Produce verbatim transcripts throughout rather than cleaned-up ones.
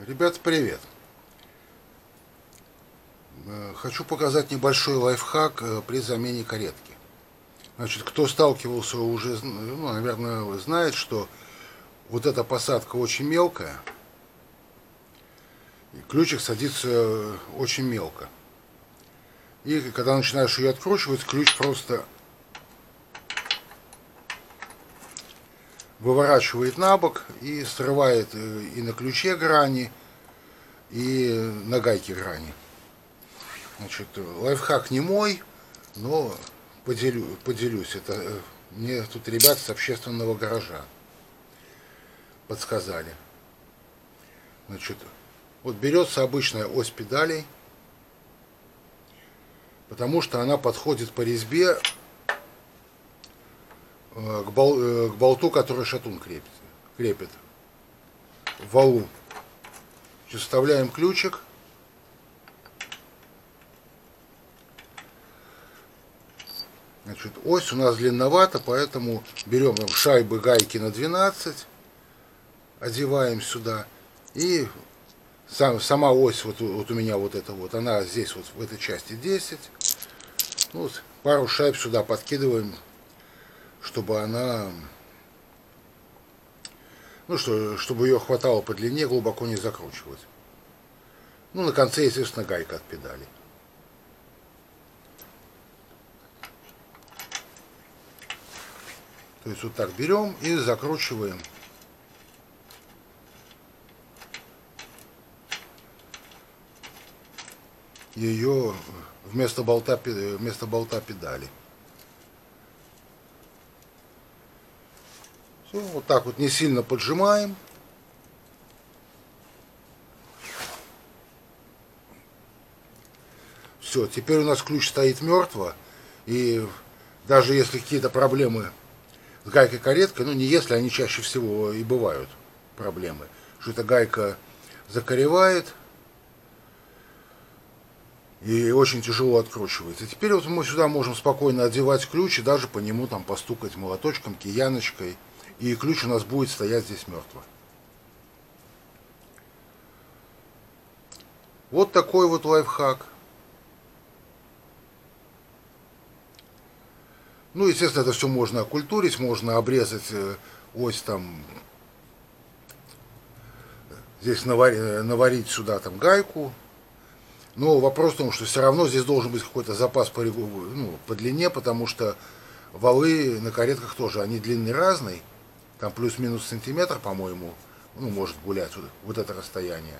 Ребята, привет! Хочу показать небольшой лайфхак при замене каретки. Значит, кто сталкивался уже, ну, наверное, знает, что вот эта посадка очень мелкая, и ключик садится очень мелко. И когда начинаешь ее откручивать, ключ просто выворачивает на бок и срывает и на ключе грани, и на гайке грани. Значит, лайфхак не мой, но поделю, поделюсь. Это мне тут ребята с общественного гаража подсказали. Значит, вот берется обычная ось педалей, потому что она подходит по резьбе к, бол, к болту, который шатун крепит, крепит в валу. Значит, вставляем ключик. Значит, ось у нас длинновата, поэтому берем там шайбы гайки на двенадцать, одеваем сюда, и сам, сама ось, вот, вот у меня вот эта вот, она здесь вот в этой части десять. Ну, вот, пару шайб сюда подкидываем, чтобы она, ну, что, чтобы ее хватало по длине, глубоко не закручивать. Ну, на конце, естественно, гайка от педали. То есть вот так берем и закручиваем. Ее вместо болта, вместо болта педали. Все, вот так вот не сильно поджимаем. Все, теперь у нас ключ стоит мертво. И даже если какие-то проблемы с гайкой кареткой, ну не если, они чаще всего и бывают проблемы, что эта гайка закоревает и очень тяжело откручивается. Теперь вот мы сюда можем спокойно одевать ключ и даже по нему там постукать молоточком, кияночкой, и ключ у нас будет стоять здесь мертво. Вот такой вот лайфхак. Ну, естественно, это все можно окультурить, можно обрезать ось там, здесь наварить, наварить сюда там гайку. Но вопрос в том, что все равно здесь должен быть какой-то запас по, ну, по длине, потому что валы на каретках тоже, они длинные разные, там плюс-минус сантиметр, по-моему, ну, может гулять вот, вот это расстояние.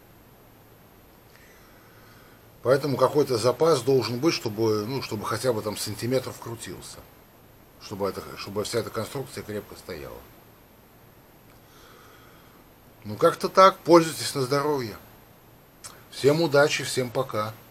Поэтому какой-то запас должен быть, чтобы, ну, чтобы хотя бы там сантиметр вкрутился. Чтобы, это, чтобы вся эта конструкция крепко стояла. Ну как-то так. Пользуйтесь на здоровье. Всем удачи, всем пока.